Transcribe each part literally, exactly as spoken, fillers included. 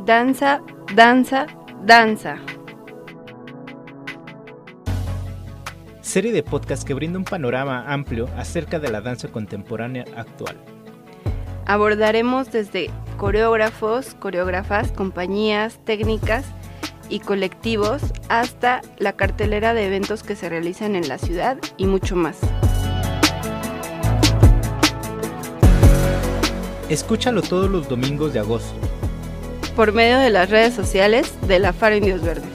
Danza, danza, danza. Serie de podcast que brinda un panorama amplio acerca de la danza contemporánea actual. Abordaremos desde coreógrafos, coreógrafas, compañías, técnicas y colectivos hasta la cartelera de eventos que se realizan en la ciudad y mucho más. Escúchalo todos los domingos de agosto por medio de las redes sociales de la Faro Indios Verdes.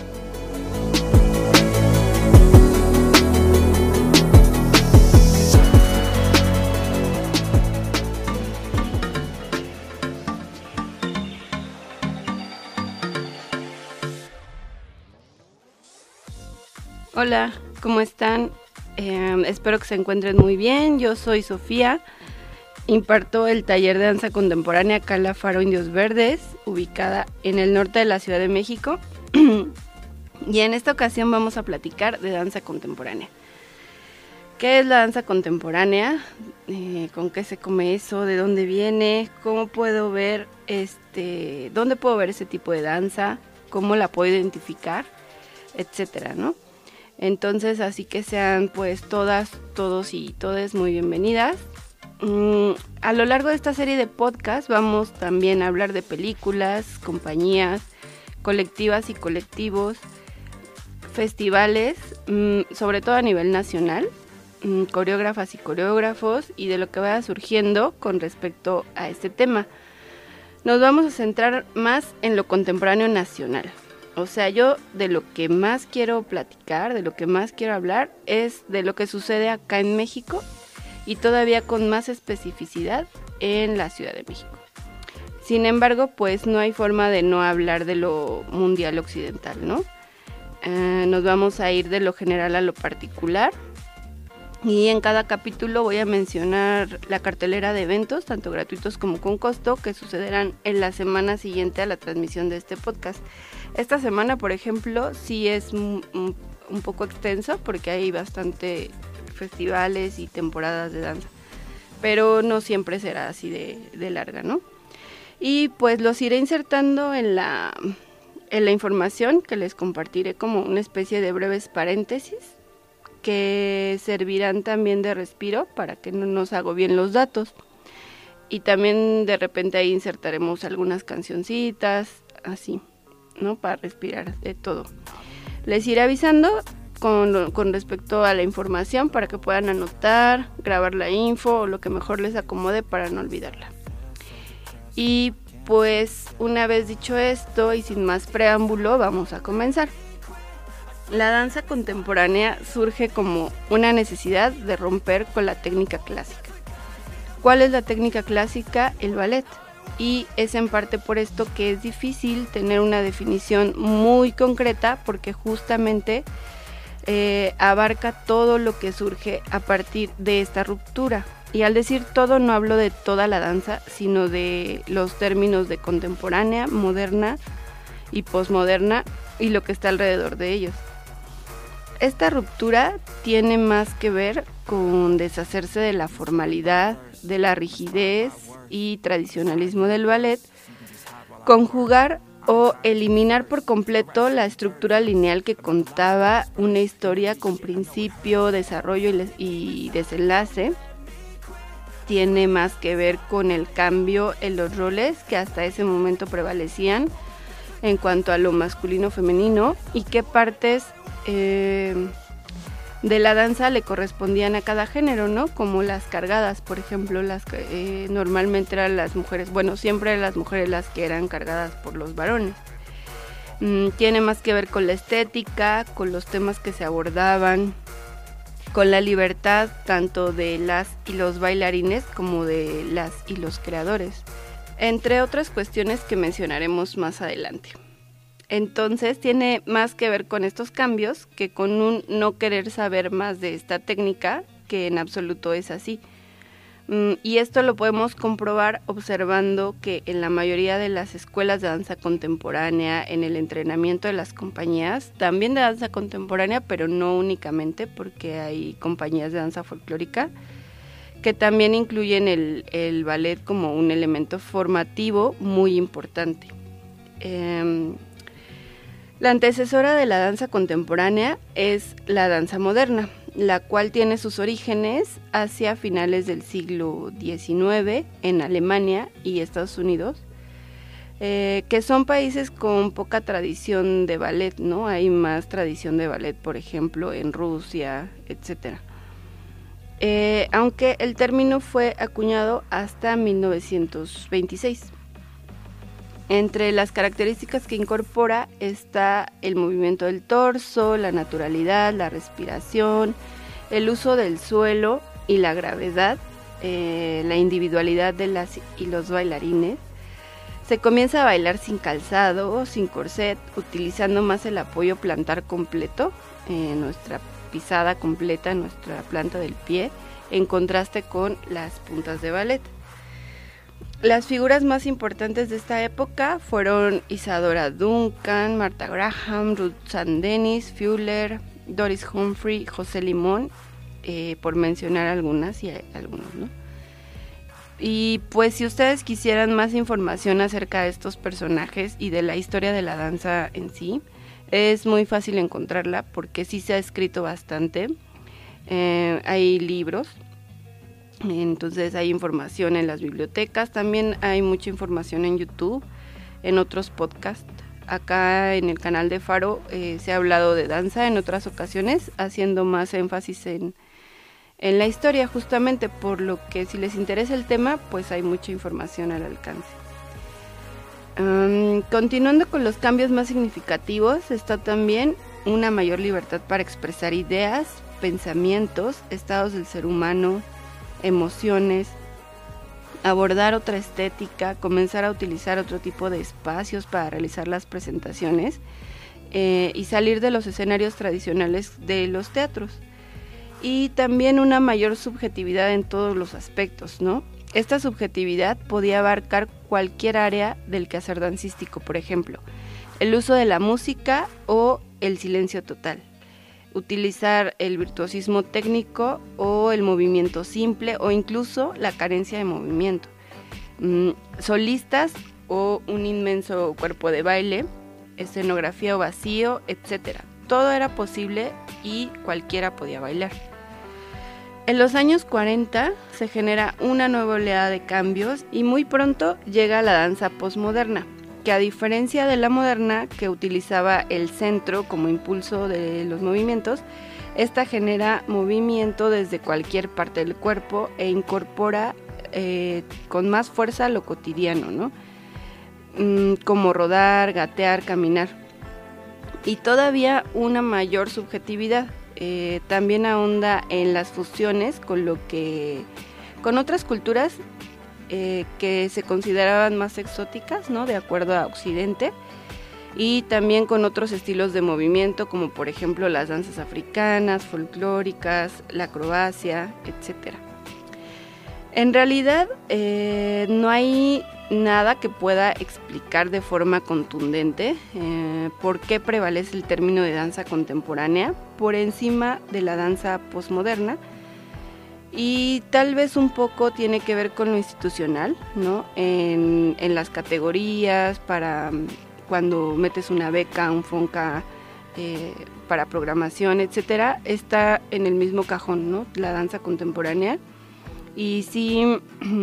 Hola, ¿cómo están? Eh, espero que se encuentren muy bien. Yo soy Sofía, imparto el taller de danza contemporánea acá en la Faro Indios Verdes, ubicada en el norte de la Ciudad de México. Y en esta ocasión vamos a platicar de danza contemporánea. ¿Qué es la danza contemporánea? Eh, ¿Con qué se come eso? ¿De dónde viene? ¿Cómo puedo ver este, dónde puedo ver ese tipo de danza? ¿Cómo la puedo identificar? Etcétera, ¿no? Entonces, así que sean pues todas, todos y todes muy bienvenidas. Mm, a lo largo de esta serie de podcast vamos también a hablar de películas, compañías, colectivas y colectivos, festivales, mm, sobre todo a nivel nacional, mm, coreógrafas y coreógrafos y de lo que vaya surgiendo con respecto a este tema. Nos vamos a centrar más en lo contemporáneo nacional. O sea, yo de lo que más quiero platicar, de lo que más quiero hablar, es de lo que sucede acá en México y todavía con más especificidad en la Ciudad de México. Sin embargo, pues no hay forma de no hablar de lo mundial occidental, ¿no? Eh, nos vamos a ir de lo general a lo particular y en cada capítulo voy a mencionar la cartelera de eventos, tanto gratuitos como con costo, que sucederán en la semana siguiente a la transmisión de este podcast. Esta semana, por ejemplo, sí es un, un, un poco extenso porque hay bastante festivales y temporadas de danza, pero no siempre será así de, de larga, ¿no? Y pues los iré insertando en la, en la información que les compartiré como una especie de breves paréntesis que servirán también de respiro para que no nos agobien los datos. Y también de repente ahí insertaremos algunas cancioncitas, así, ¿no? Para respirar de todo. Les iré avisando con, con respecto a la información para que puedan anotar, grabar la info o lo que mejor les acomode para no olvidarla. Y pues una vez dicho esto y sin más preámbulo, vamos a comenzar. La danza contemporánea surge como una necesidad de romper con la técnica clásica. ¿Cuál es la técnica clásica? El ballet. Y es en parte por esto que es difícil tener una definición muy concreta porque justamente eh, abarca todo lo que surge a partir de esta ruptura. Y al decir todo no hablo de toda la danza, sino de los términos de contemporánea, moderna y posmoderna y lo que está alrededor de ellos. Esta ruptura tiene más que ver con deshacerse de la formalidad, de la rigidez y tradicionalismo del ballet, conjugar o eliminar por completo la estructura lineal que contaba una historia con principio, desarrollo y, y desenlace. Tiene más que ver con el cambio en los roles que hasta ese momento prevalecían en cuanto a lo masculino-femenino y qué partes eh, de la danza le correspondían a cada género, ¿no? Como las cargadas, por ejemplo, las que eh, normalmente eran las mujeres, bueno, siempre eran las mujeres las que eran cargadas por los varones. Mm, tiene más que ver con la estética, con los temas que se abordaban, con la libertad tanto de las y los bailarines como de las y los creadores, entre otras cuestiones que mencionaremos más adelante. Entonces tiene más que ver con estos cambios que con un no querer saber más de esta técnica, que en absoluto es así. Y esto lo podemos comprobar observando que en la mayoría de las escuelas de danza contemporánea, en el entrenamiento de las compañías, también de danza contemporánea, pero no únicamente, porque hay compañías de danza folclórica, que también incluyen el, el ballet como un elemento formativo muy importante. Eh, la antecesora de la danza contemporánea es la danza moderna, la cual tiene sus orígenes hacia finales del siglo diecinueve en Alemania y Estados Unidos, eh, que son países con poca tradición de ballet, ¿no? Hay más tradición de ballet, por ejemplo, en Rusia, etcétera. Eh, aunque el término fue acuñado hasta mil novecientos veintiséis. Entre las características que incorpora está el movimiento del torso, la naturalidad, la respiración, el uso del suelo y la gravedad, eh, la individualidad de las y los bailarines. Se comienza a bailar sin calzado, sin corset, utilizando más el apoyo plantar completo, eh, nuestra pisada completa, nuestra planta del pie, en contraste con las puntas de ballet. Las figuras más importantes de esta época fueron Isadora Duncan, Martha Graham, Ruth Saint Denis, Fuller, Doris Humphrey, José Limón, eh, por mencionar algunas y algunos, ¿no? Y pues si ustedes quisieran más información acerca de estos personajes y de la historia de la danza en sí, es muy fácil encontrarla porque sí se ha escrito bastante. Eh, hay libros. Entonces hay información en las bibliotecas, también hay mucha información en YouTube, en otros podcasts. Acá en el canal de Faro eh, se ha hablado de danza en otras ocasiones, haciendo más énfasis en, en la historia, justamente por lo que si les interesa el tema, pues hay mucha información al alcance. Um, continuando con los cambios más significativos, está también una mayor libertad para expresar ideas, pensamientos, estados del ser humano, emociones, abordar otra estética, comenzar a utilizar otro tipo de espacios para realizar las presentaciones eh, y salir de los escenarios tradicionales de los teatros. Y también una mayor subjetividad en todos los aspectos, ¿no? Esta subjetividad podía abarcar cualquier área del quehacer dancístico, por ejemplo, el uso de la música o el silencio total. Utilizar el virtuosismo técnico o el movimiento simple o incluso la carencia de movimiento. Mm, solistas o un inmenso cuerpo de baile, escenografía o vacío, etcétera. Todo era posible y cualquiera podía bailar. En los años cuarenta se genera una nueva oleada de cambios y muy pronto llega la danza postmoderna, que a diferencia de la moderna, que utilizaba el centro como impulso de los movimientos, esta genera movimiento desde cualquier parte del cuerpo e incorpora eh, con más fuerza lo cotidiano, ¿no? Mm, como rodar, gatear, caminar. Y todavía una mayor subjetividad. Eh, también ahonda en las fusiones con lo que con otras culturas eh, que se consideraban más exóticas, ¿no? De acuerdo a Occidente, y también con otros estilos de movimiento, como por ejemplo las danzas africanas, folclóricas, la acrobacia, etcétera. En realidad eh, no hay nada que pueda explicar de forma contundente eh, por qué prevalece el término de danza contemporánea por encima de la danza posmoderna, y tal vez un poco tiene que ver con lo institucional, ¿no? En, en las categorías, para cuando metes una beca, un FONCA eh, para programación, etcétera, está en el mismo cajón, ¿no? La danza contemporánea, y sí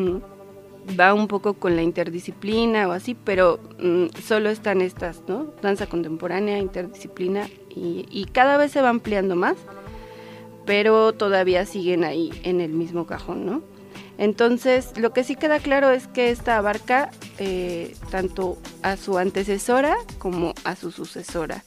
va un poco con la interdisciplina o así, pero mmm, solo están estas, ¿no? Danza contemporánea, interdisciplina, y, y cada vez se va ampliando más, pero todavía siguen ahí en el mismo cajón, ¿no? Entonces, lo que sí queda claro es que esta abarca eh, tanto a su antecesora como a su sucesora.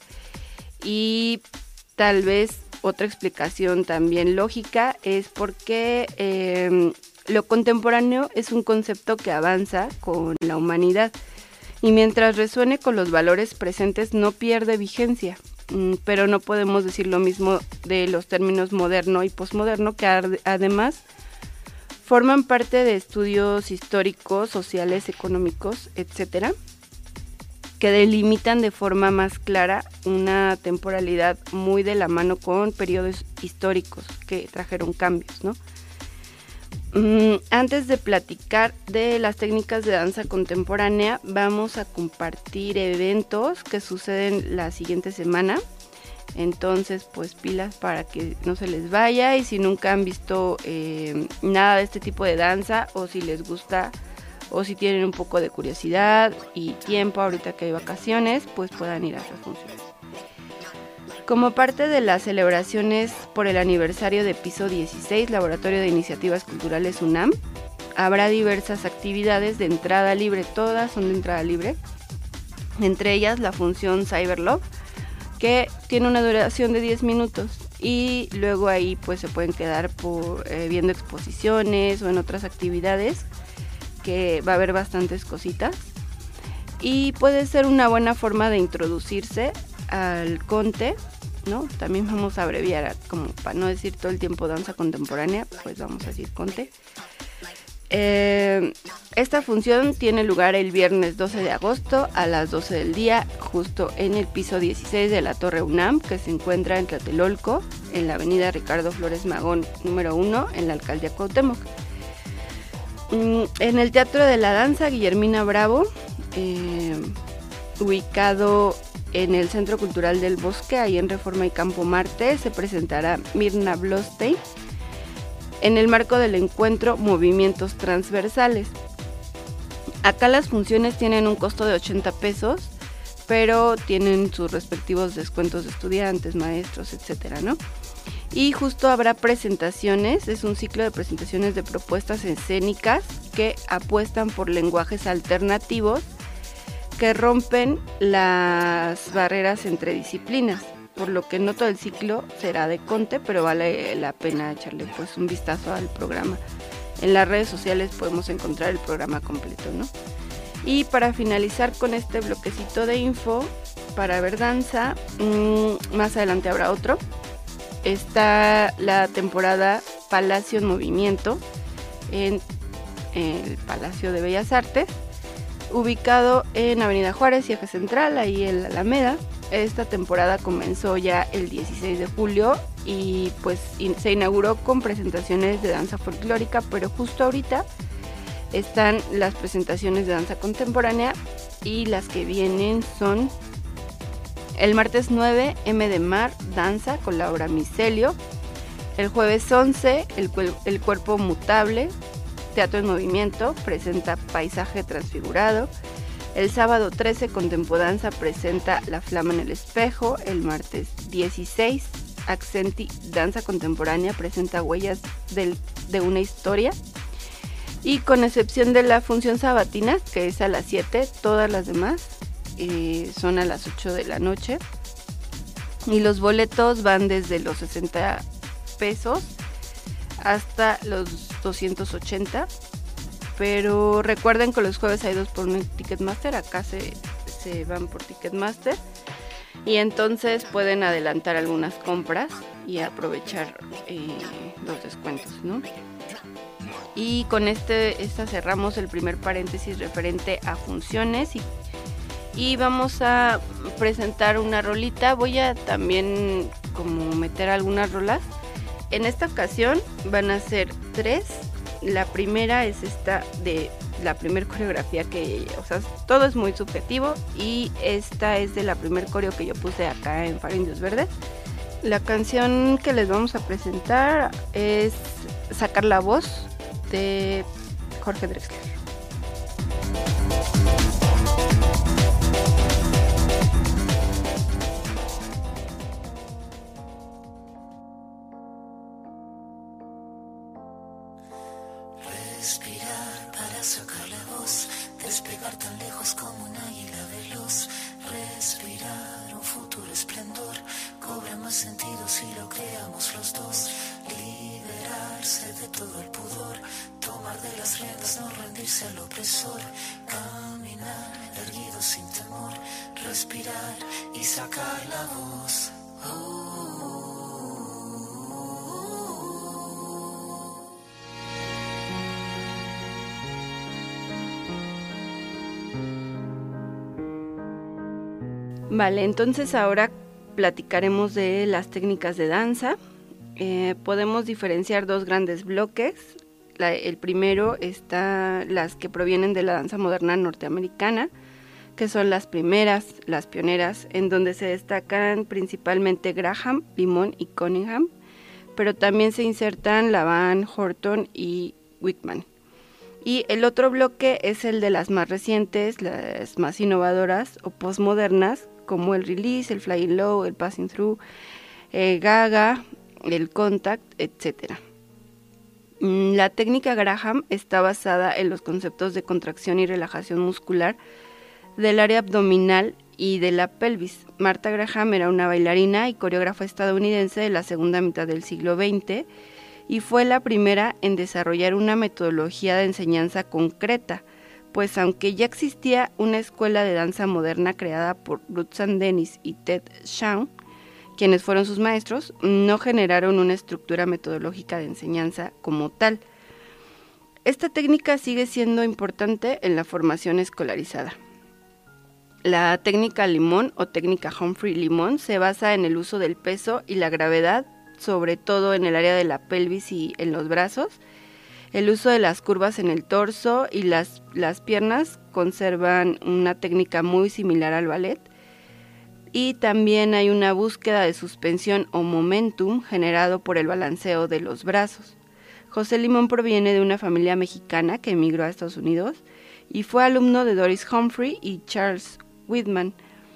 Y tal vez otra explicación también lógica es porque eh, lo contemporáneo es un concepto que avanza con la humanidad y mientras resuene con los valores presentes no pierde vigencia. Pero no podemos decir lo mismo de los términos moderno y posmoderno, que además forman parte de estudios históricos, sociales, económicos, etcétera, que delimitan de forma más clara una temporalidad muy de la mano con periodos históricos que trajeron cambios, ¿no? Mm, antes de platicar de las técnicas de danza contemporánea, vamos a compartir eventos que suceden la siguiente semana. Entonces, pues pilas para que no se les vaya, y si nunca han visto eh, nada de este tipo de danza, o si les gusta, o si tienen un poco de curiosidad y tiempo ahorita que hay vacaciones, pues puedan ir a esas funciones. Como parte de las celebraciones por el aniversario de Piso dieciséis, Laboratorio de Iniciativas Culturales UNAM, habrá diversas actividades de entrada libre, todas son de entrada libre, entre ellas la función Cyberlove, que tiene una duración de diez minutos, y luego ahí pues se pueden quedar por, eh, viendo exposiciones o en otras actividades, que va a haber bastantes cositas, y puede ser una buena forma de introducirse al conte, ¿no? También vamos a abreviar, como para no decir todo el tiempo danza contemporánea, pues vamos a decir conte. Eh, esta función tiene lugar el viernes doce de agosto a las doce del día, justo en el piso dieciséis de la Torre UNAM, que se encuentra en Tlatelolco, en la avenida Ricardo Flores Magón, número uno, en la Alcaldía Cuauhtémoc. En el Teatro de la Danza Guillermina Bravo, eh, ubicado en el Centro Cultural del Bosque, ahí en Reforma y Campo Marte, se presentará Mirna Blostein en el marco del encuentro Movimientos Transversales. Acá las funciones tienen un costo de ochenta pesos, pero tienen sus respectivos descuentos de estudiantes, maestros, etcétera, ¿no? Y justo habrá presentaciones, es un ciclo de presentaciones de propuestas escénicas que apuestan por lenguajes alternativos que rompen las barreras entre disciplinas, por lo que no todo el ciclo será de conte, pero vale la pena echarle pues un vistazo al programa. En las redes sociales podemos encontrar el programa completo, ¿no? Y para finalizar con este bloquecito de info para ver danza, mmm, más adelante habrá otro. Está la temporada Palacio en Movimiento en el Palacio de Bellas Artes, ubicado en Avenida Juárez y Eje Central, ahí en la Alameda. Esta temporada comenzó ya el dieciséis de julio y pues in- se inauguró con presentaciones de danza folclórica, pero justo ahorita están las presentaciones de danza contemporánea, y las que vienen son el martes nueve, M de Mar, danza con la obra Micelio. El jueves once, el, cuel- el Cuerpo Mutable, Teatro en Movimiento, presenta Paisaje Transfigurado. El sábado trece, Contempodanza presenta La Flama en el Espejo. El martes dieciséis, Accenti Danza Contemporánea presenta Huellas del, de una Historia. Y con excepción de la función sabatina, que es a las siete, todas las demás eh, son a las ocho de la noche. Y los boletos van desde los sesenta pesos hasta los doscientos ochenta. Pero recuerden que los jueves hay dos por uno en Ticketmaster. Acá se, se van por Ticketmaster. Y entonces pueden adelantar algunas compras y aprovechar eh, los descuentos, ¿no? Y con este esta cerramos el primer paréntesis referente a funciones. Y, y vamos a presentar una rolita. Voy a también como meter algunas rolas. En esta ocasión van a ser tres. La primera es esta de la primer coreografía que, o sea, todo es muy subjetivo, y esta es de la primer coreo que yo puse acá en Faro Indios Verdes. La canción que les vamos a presentar es Sacar la Voz de Jorge Drexler. Respirar para sacar la voz, despegar tan lejos como un águila veloz. Respirar un futuro esplendor, cobra más sentido si lo creamos los dos. Liberarse de todo el pudor, tomar de las riendas, no rendirse al opresor. Caminar erguido sin temor, respirar y sacar la voz. Oh. Vale, entonces ahora platicaremos de las técnicas de danza. Eh, podemos diferenciar dos grandes bloques. La, el primero está las que provienen de la danza moderna norteamericana, que son las primeras, las pioneras, en donde se destacan principalmente Graham, Limón y Cunningham, pero también se insertan Lavan, Horton y Whitman. Y el otro bloque es el de las más recientes, las más innovadoras o postmodernas, como el release, el flying low, el passing through, el gaga, el contact, etcétera. La técnica Graham está basada en los conceptos de contracción y relajación muscular del área abdominal y de la pelvis. Martha Graham era una bailarina y coreógrafa estadounidense de la segunda mitad del siglo veinte y fue la primera en desarrollar una metodología de enseñanza concreta, pues aunque ya existía una escuela de danza moderna creada por Ruth Saint Denis y Ted Shawn, quienes fueron sus maestros, no generaron una estructura metodológica de enseñanza como tal. Esta técnica sigue siendo importante en la formación escolarizada. La técnica Limón o técnica Humphrey Limón se basa en el uso del peso y la gravedad, sobre todo en el área de la pelvis y en los brazos. El uso de las curvas en el torso y las, las piernas conservan una técnica muy similar al ballet. Y también hay una búsqueda de suspensión o momentum generado por el balanceo de los brazos. José Limón proviene de una familia mexicana que emigró a Estados Unidos y fue alumno de Doris Humphrey y Charles Whitman.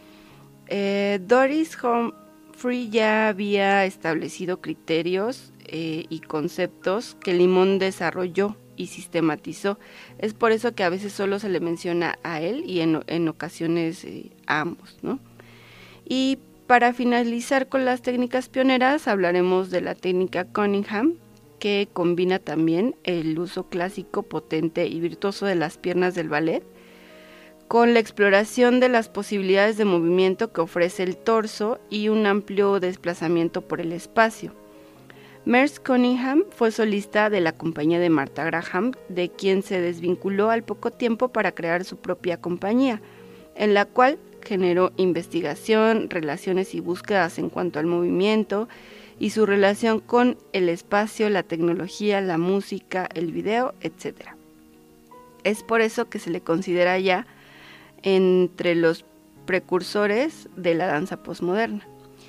Eh, Doris Humphrey ya había establecido criterios eh, y conceptos que Limón desarrolló y sistematizó. Es por eso que a veces solo se le menciona a él y en, en ocasiones eh, a ambos, ¿no? Y para finalizar con las técnicas pioneras, hablaremos de la técnica Cunningham, que combina también el uso clásico, potente y virtuoso de las piernas del ballet, con la exploración de las posibilidades de movimiento que ofrece el torso y un amplio desplazamiento por el espacio. Merce Cunningham fue solista de la compañía de Martha Graham, de quien se desvinculó al poco tiempo para crear su propia compañía, en la cual generó investigación, relaciones y búsquedas en cuanto al movimiento y su relación con el espacio, la tecnología, la música, el video, etcétera. Es por eso que se le considera ya entre los precursores de la danza postmoderna.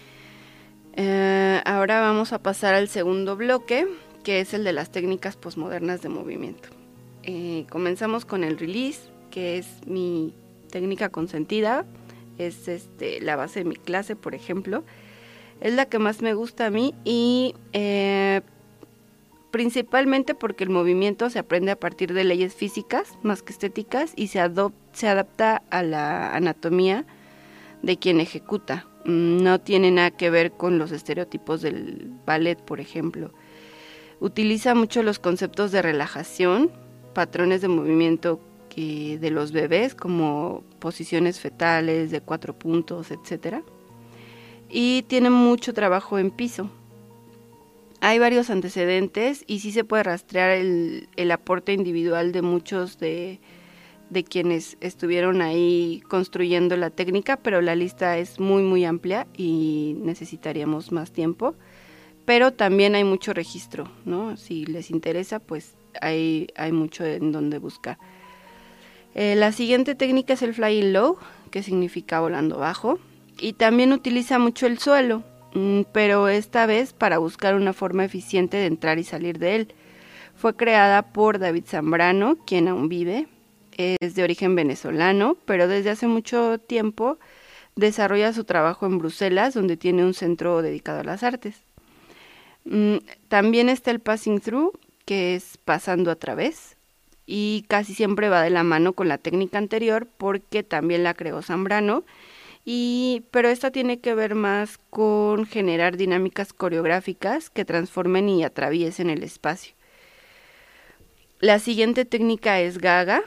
Eh, ahora vamos a pasar al segundo bloque, que es el de las técnicas postmodernas de movimiento. Eh, comenzamos con el release, que es mi técnica consentida. Es este, la base de mi clase, por ejemplo. Es la que más me gusta a mí y eh, principalmente porque el movimiento se aprende a partir de leyes físicas más que estéticas y se, adop- se adapta a la anatomía de quien ejecuta. No tiene nada que ver con los estereotipos del ballet, por ejemplo. Utiliza mucho los conceptos de relajación, patrones de movimiento que de los bebés, como posiciones fetales de cuatro puntos, etcétera. Y tiene mucho trabajo en piso. Hay varios antecedentes y sí se puede rastrear el, el aporte individual de muchos de, de quienes estuvieron ahí construyendo la técnica, pero la lista es muy muy amplia y necesitaríamos más tiempo. Pero también hay mucho registro, ¿no? Si les interesa, pues hay, hay mucho en donde buscar. Eh, la siguiente técnica es el flying low, que significa volando bajo, y también utiliza mucho el suelo, mmm, pero esta vez para buscar una forma eficiente de entrar y salir de él. Fue creada por David Zambrano, quien aún vive, es de origen venezolano, pero desde hace mucho tiempo desarrolla su trabajo en Bruselas, donde tiene un centro dedicado a las artes. Mm, también está el passing through, que es pasando a través, y casi siempre va de la mano con la técnica anterior porque también la creó Zambrano, y, pero esta tiene que ver más con generar dinámicas coreográficas que transformen y atraviesen el espacio. La siguiente técnica es Gaga.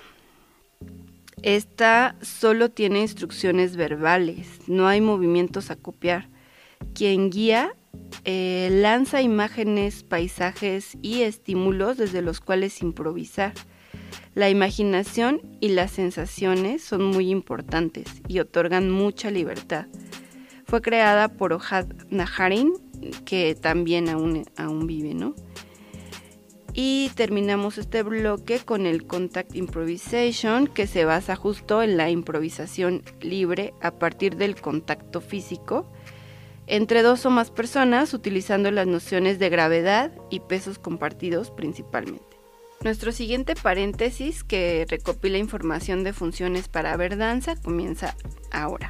Esta solo tiene instrucciones verbales, no hay movimientos a copiar. Quien guía eh, lanza imágenes, paisajes y estímulos desde los cuales improvisar. La imaginación y las sensaciones son muy importantes y otorgan mucha libertad. Fue creada por Ohad Naharin, que también aún, aún vive, ¿no? Y terminamos este bloque con el Contact Improvisation, que se basa justo en la improvisación libre a partir del contacto físico entre dos o más personas, utilizando las nociones de gravedad y pesos compartidos principalmente. Nuestro siguiente paréntesis, que recopila información de funciones para ver danza, comienza ahora.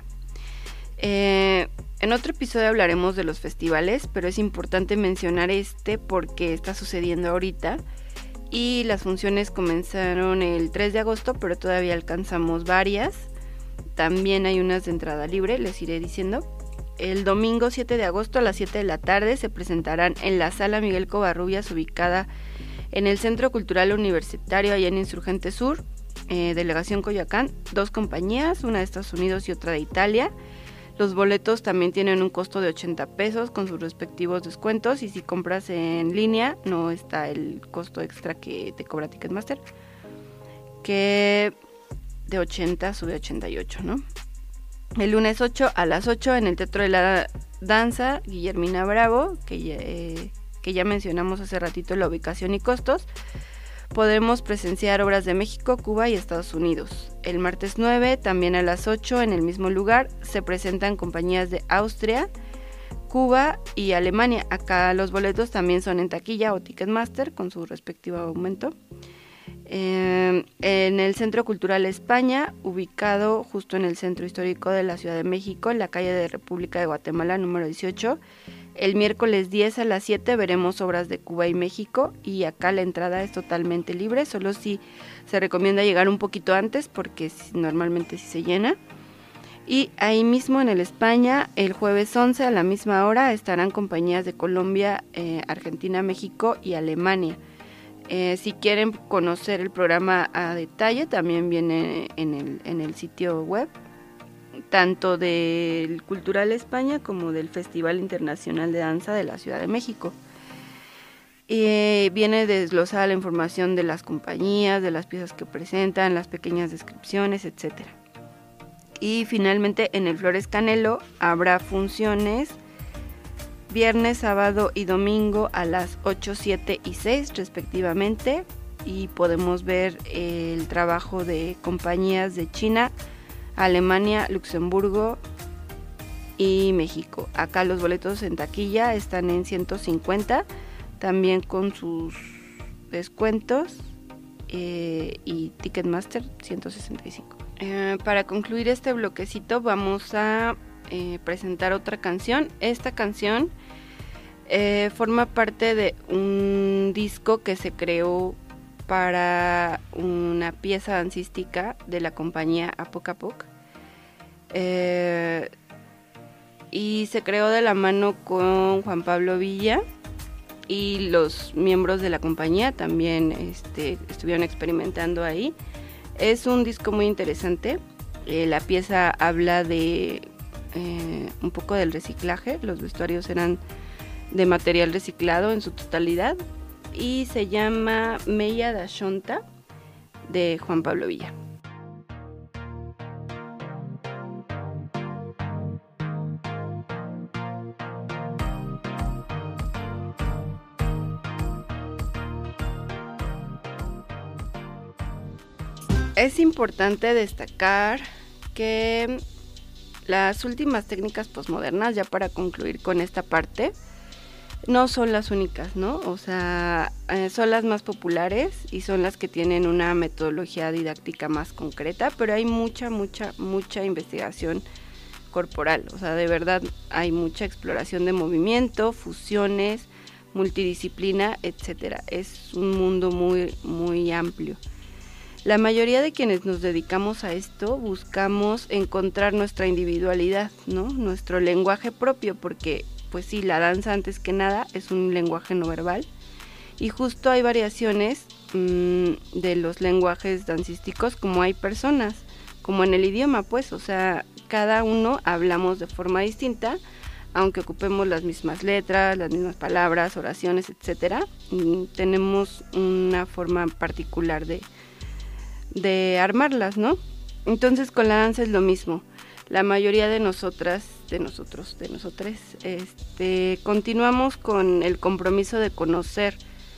Eh, en otro episodio hablaremos de los festivales, pero es importante mencionar este porque está sucediendo ahorita y las funciones comenzaron el tres de agosto, pero todavía alcanzamos varias. También hay unas de entrada libre, les iré diciendo. El domingo siete de agosto a las siete de la tarde se presentarán en la Sala Miguel Covarrubias, ubicada en el Centro Cultural Universitario, allá en Insurgente Sur, eh, Delegación Coyoacán, dos compañías, una de Estados Unidos y otra de Italia. Los boletos también tienen un costo de ochenta pesos con sus respectivos descuentos, y si compras en línea no está el costo extra que te cobra Ticketmaster, que de ochenta sube a ochenta y ocho, ¿no? El lunes ocho a las ocho en el Teatro de la Danza Guillermina Bravo, que ya, eh, que ya mencionamos hace ratito la ubicación y costos, podremos presenciar obras de México, Cuba y Estados Unidos. El martes nueve, también a las ocho, en el mismo lugar, se presentan compañías de Austria, Cuba y Alemania. Acá los boletos también son en taquilla o Ticketmaster, con su respectivo aumento. Eh, en el Centro Cultural España, ubicado justo en el Centro Histórico de la Ciudad de México, en la calle de República de Guatemala, número dieciocho, el miércoles diez a las siete veremos obras de Cuba y México, y acá la entrada es totalmente libre, solo si se recomienda llegar un poquito antes porque normalmente sí se llena. Y ahí mismo en el España, el jueves once a la misma hora estarán compañías de Colombia, eh, Argentina, México y Alemania. Eh, si quieren conocer el programa a detalle, también viene en el, en el sitio web, tanto del Cultural España como del Festival Internacional de Danza de la Ciudad de México. Eh, viene desglosada la información de las compañías, de las piezas que presentan, las pequeñas descripciones, etcétera. Y finalmente en el Flores Canelo habrá funciones viernes, sábado y domingo a las ocho, siete y seis respectivamente, y podemos ver el trabajo de compañías de China, Alemania, Luxemburgo y México. Acá los boletos en taquilla están en ciento cincuenta, también con sus descuentos, eh, y Ticketmaster ciento sesenta y cinco. Eh, para concluir este bloquecito vamos a eh, presentar otra canción. Esta canción eh, forma parte de un disco que se creó para una pieza dancística de la compañía Apoc Apoc, eh, y se creó de la mano con Juan Pablo Villa, y los miembros de la compañía también este, estuvieron experimentando ahí. Es un disco muy interesante. Eh, la pieza habla de eh, un poco del reciclaje. Los vestuarios eran de material reciclado en su totalidad, y se llama Meia da Xonta, de Juan Pablo Villa. Es importante destacar que las últimas técnicas posmodernas, ya para concluir con esta parte, no son las únicas, ¿no? O sea, eh, son las más populares y son las que tienen una metodología didáctica más concreta, pero hay mucha, mucha, mucha investigación corporal. O sea, de verdad hay mucha exploración de movimiento, fusiones, multidisciplina, etcétera. Es un mundo muy, muy amplio. La mayoría de quienes nos dedicamos a esto buscamos encontrar nuestra individualidad, ¿no? Nuestro lenguaje propio, porque pues sí, la danza antes que nada es un lenguaje no verbal, y justo hay variaciones mmm, de los lenguajes dancísticos como hay personas, como en el idioma, pues, o sea, cada uno hablamos de forma distinta, aunque ocupemos las mismas letras, las mismas palabras, oraciones, etcétera, tenemos una forma particular de de armarlas, ¿no? Entonces con la danza es lo mismo. La mayoría de nosotras, de nosotros, de nosotres, este, continuamos con el compromiso de conocer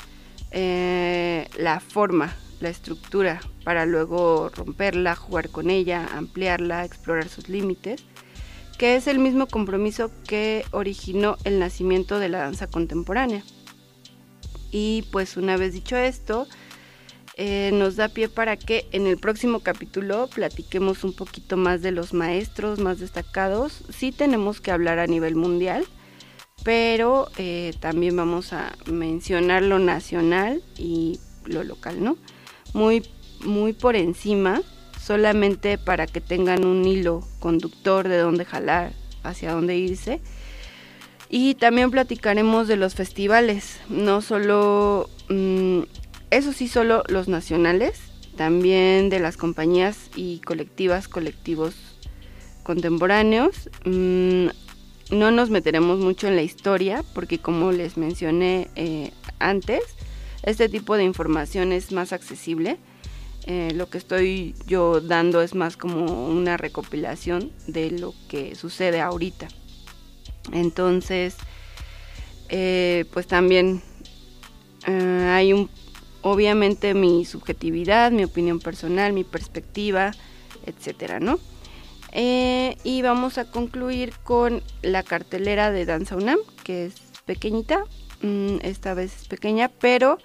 eh, la forma, la estructura, para luego romperla, jugar con ella, ampliarla, explorar sus límites, que es el mismo compromiso que originó el nacimiento de la danza contemporánea. Y pues una vez dicho esto, eh, nos da pie para que en el próximo capítulo platiquemos un poquito más de los maestros más destacados. Sí tenemos que hablar a nivel mundial, pero eh, también vamos a mencionar lo nacional y lo local, ¿no? Muy, muy por encima, solamente para que tengan un hilo conductor de dónde jalar, hacia dónde irse. Y también platicaremos de los festivales, no solo, mmm, eso sí, solo los nacionales, también de las compañías y colectivas, colectivos contemporáneos. Mmm, no nos meteremos mucho en la historia, porque como les mencioné eh, antes, este tipo de información es más accesible. Eh, lo que estoy yo dando es más como una recopilación de lo que sucede ahorita. Entonces, eh, pues también eh, hay un, obviamente mi subjetividad, mi opinión personal, mi perspectiva, etcétera, ¿no? Eh, y vamos a concluir con la cartelera de Danza UNAM, que es pequeñita, mm, esta vez es pequeña, pero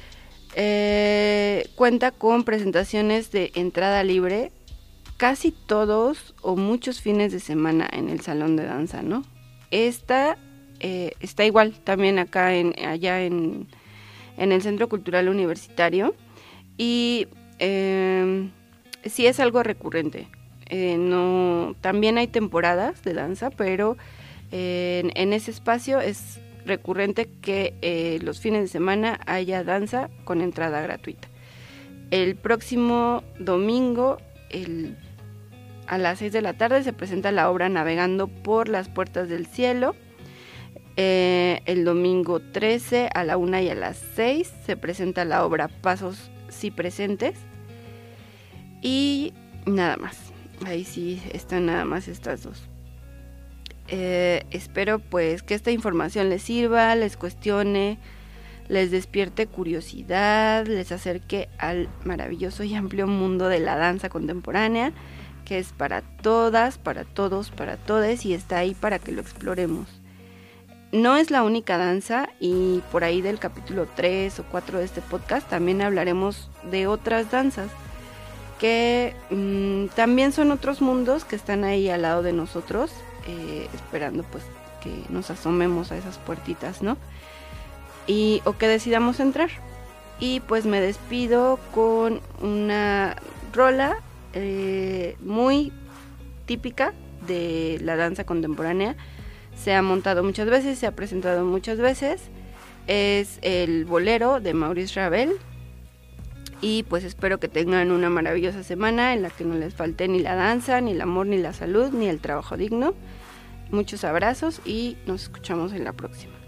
Eh, cuenta con presentaciones de entrada libre casi todos o muchos fines de semana en el salón de danza, ¿no? Esta eh, está igual también acá en allá en, en el Centro Cultural Universitario y eh, sí es algo recurrente. Eh, no, también hay temporadas de danza, pero eh, en, en ese espacio es recurrente que eh, los fines de semana haya danza con entrada gratuita. El próximo domingo el, a las seis de la tarde se presenta la obra Navegando por las Puertas del Cielo. Eh, el domingo trece a la una y a las seis se presenta la obra Pasos sí presentes. Y nada más, ahí sí están nada más estas dos. Eh, espero pues que esta información les sirva, les cuestione, les despierte curiosidad, les acerque al maravilloso y amplio mundo de la danza contemporánea, que es para todas, para todos, para todes y está ahí para que lo exploremos. No es la única danza y por ahí del capítulo tres o cuatro de este podcast también hablaremos de otras danzas que mmm, también son otros mundos que están ahí al lado de nosotros. Eh, esperando pues que nos asomemos a esas puertitas, ¿no? Y o que decidamos entrar. Y pues me despido con una rola eh, muy típica de la danza contemporánea. Se ha montado muchas veces, se ha presentado muchas veces. Es el bolero de Maurice Ravel. Y pues espero que tengan una maravillosa semana en la que no les falte ni la danza, ni el amor, ni la salud, ni el trabajo digno. Muchos abrazos y nos escuchamos en la próxima.